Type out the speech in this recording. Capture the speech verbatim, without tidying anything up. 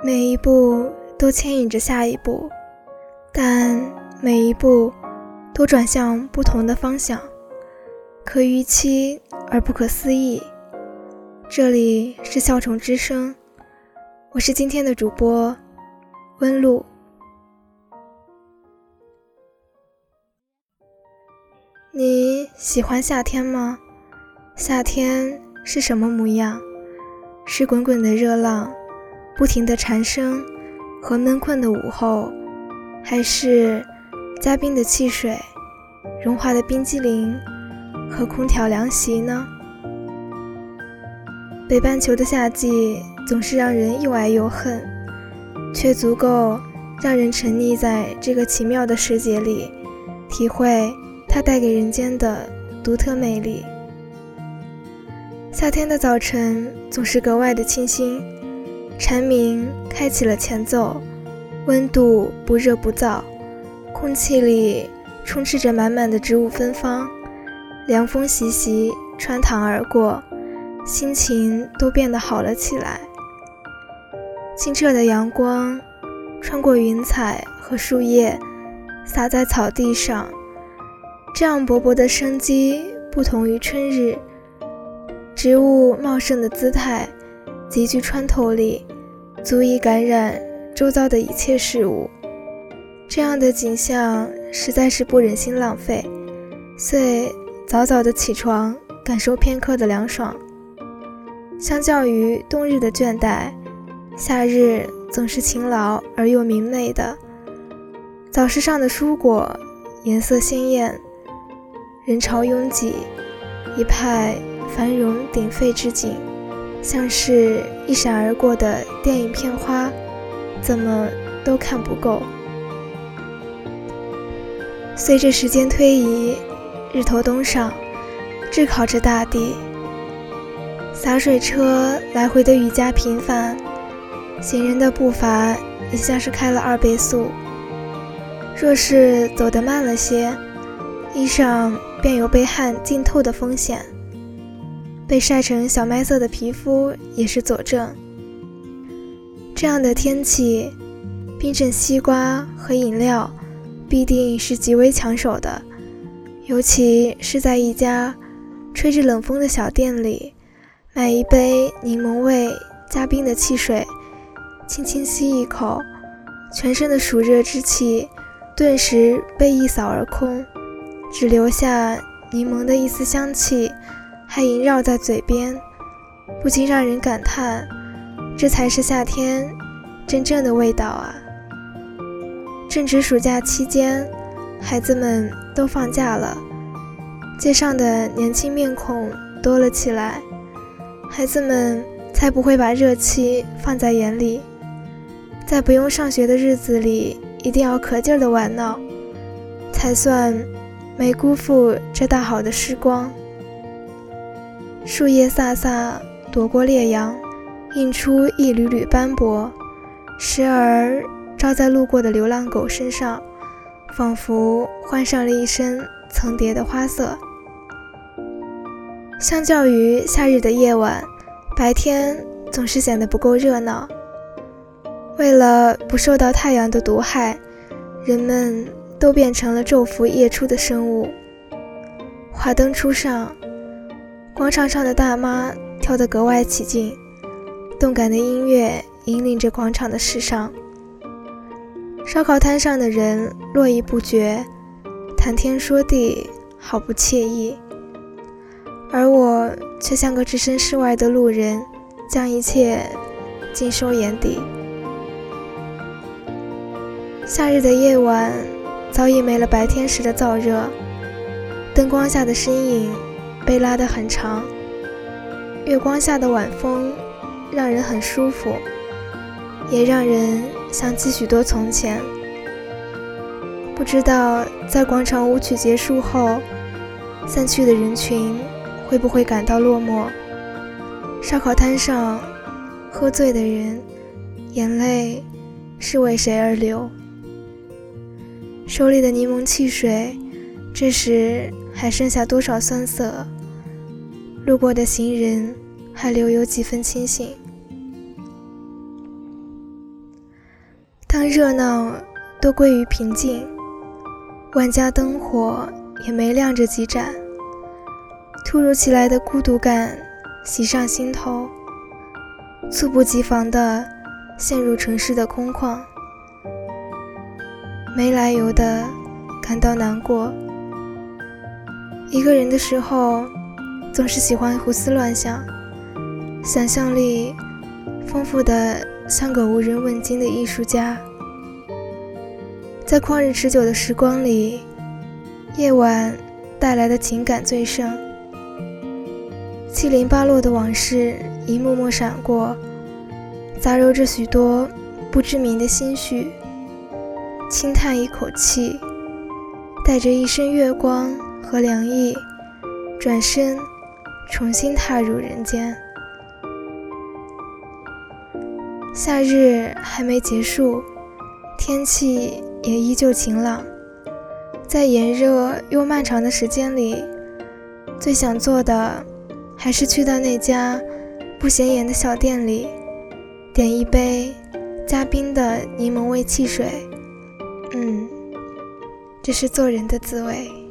每一步都牵引着下一步，但每一步都转向不同的方向，可预期而不可思议。这里是笑宠之声，我是今天的主播温露。你喜欢夏天吗？夏天是什么模样？是滚滚的热浪，不停的蝉声和闷困的午后，还是加冰的汽水，融化的冰激凌和空调凉席呢？北半球的夏季总是让人又爱又恨，却足够让人沉溺在这个奇妙的世界里，体会它带给人间的独特魅力。夏天的早晨总是格外的清新，蝉鸣开启了前奏，温度不热不燥，空气里充斥着满满的植物芬芳，凉风习习穿堂而过，心情都变得好了起来。清澈的阳光穿过云彩和树叶，洒在草地上，这样勃勃的生机不同于春日，植物茂盛的姿态极具穿透力，足以感染周遭的一切事物。这样的景象实在是不忍心浪费，遂早早的起床，感受片刻的凉爽。相较于冬日的倦怠，夏日总是勤劳而又明媚的。早市上的蔬果颜色鲜艳，人潮拥挤，一派繁荣鼎沸之景，像是一闪而过的电影片花，怎么都看不够。随着时间推移，日头东上，炙烤着大地，洒水车来回的愈加频繁，行人的步伐也像是开了二倍速。若是走得慢了些，衣裳便有被汗浸透的风险，被晒成小麦色的皮肤也是佐证。这样的天气，冰镇西瓜和饮料必定是极为抢手的，尤其是在一家吹着冷风的小店里，买一杯柠檬味加冰的汽水，轻轻吸一口，全身的暑热之气顿时被一扫而空，只留下柠檬的一丝香气还萦绕在嘴边，不禁让人感叹，这才是夏天真正的味道啊。正值暑假期间，孩子们都放假了，街上的年轻面孔多了起来，孩子们才不会把热气放在眼里，在不用上学的日子里一定要可劲儿的玩闹，才算没辜负这大好的时光。树叶飒飒躲过烈阳，映出一缕缕斑驳，时而照在路过的流浪狗身上，仿佛换上了一身层叠的花色。相较于夏日的夜晚，白天总是显得不够热闹。为了不受到太阳的毒害，人们都变成了昼伏夜出的生物。华灯初上，广场上的大妈跳得格外起劲，动感的音乐引领着广场的时尚。烧烤摊上的人络绎不绝，谈天说地，好不惬意。而我却像个置身事外的路人，将一切尽收眼底。夏日的夜晚早已没了白天时的燥热，灯光下的身影被拉得很长，月光下的晚风让人很舒服，也让人想起许多从前。不知道在广场舞曲结束后，散去的人群会不会感到落寞？烧烤摊上喝醉的人，眼泪是为谁而流？手里的柠檬汽水，这时还剩下多少酸涩？路过的行人还留有几分清醒。 当热闹都归于平静，万家灯火也没亮着几盏，突如其来的孤独感袭上心头，猝不及防地陷入城市的空旷，没来由地感到难过。一个人的时候，总是喜欢胡思乱想，想象力丰富的像个无人问津的艺术家。在旷日持久的时光里，夜晚带来的情感最盛，七零八落的往事一幕幕闪过，杂糅着许多不知名的心绪，轻叹一口气，带着一身月光和凉意，转身重新踏入人间。夏日还没结束，天气也依旧晴朗。在炎热又漫长的时间里，最想做的还是去到那家不显眼的小店里，点一杯加冰的柠檬味汽水。嗯，这是做人的滋味。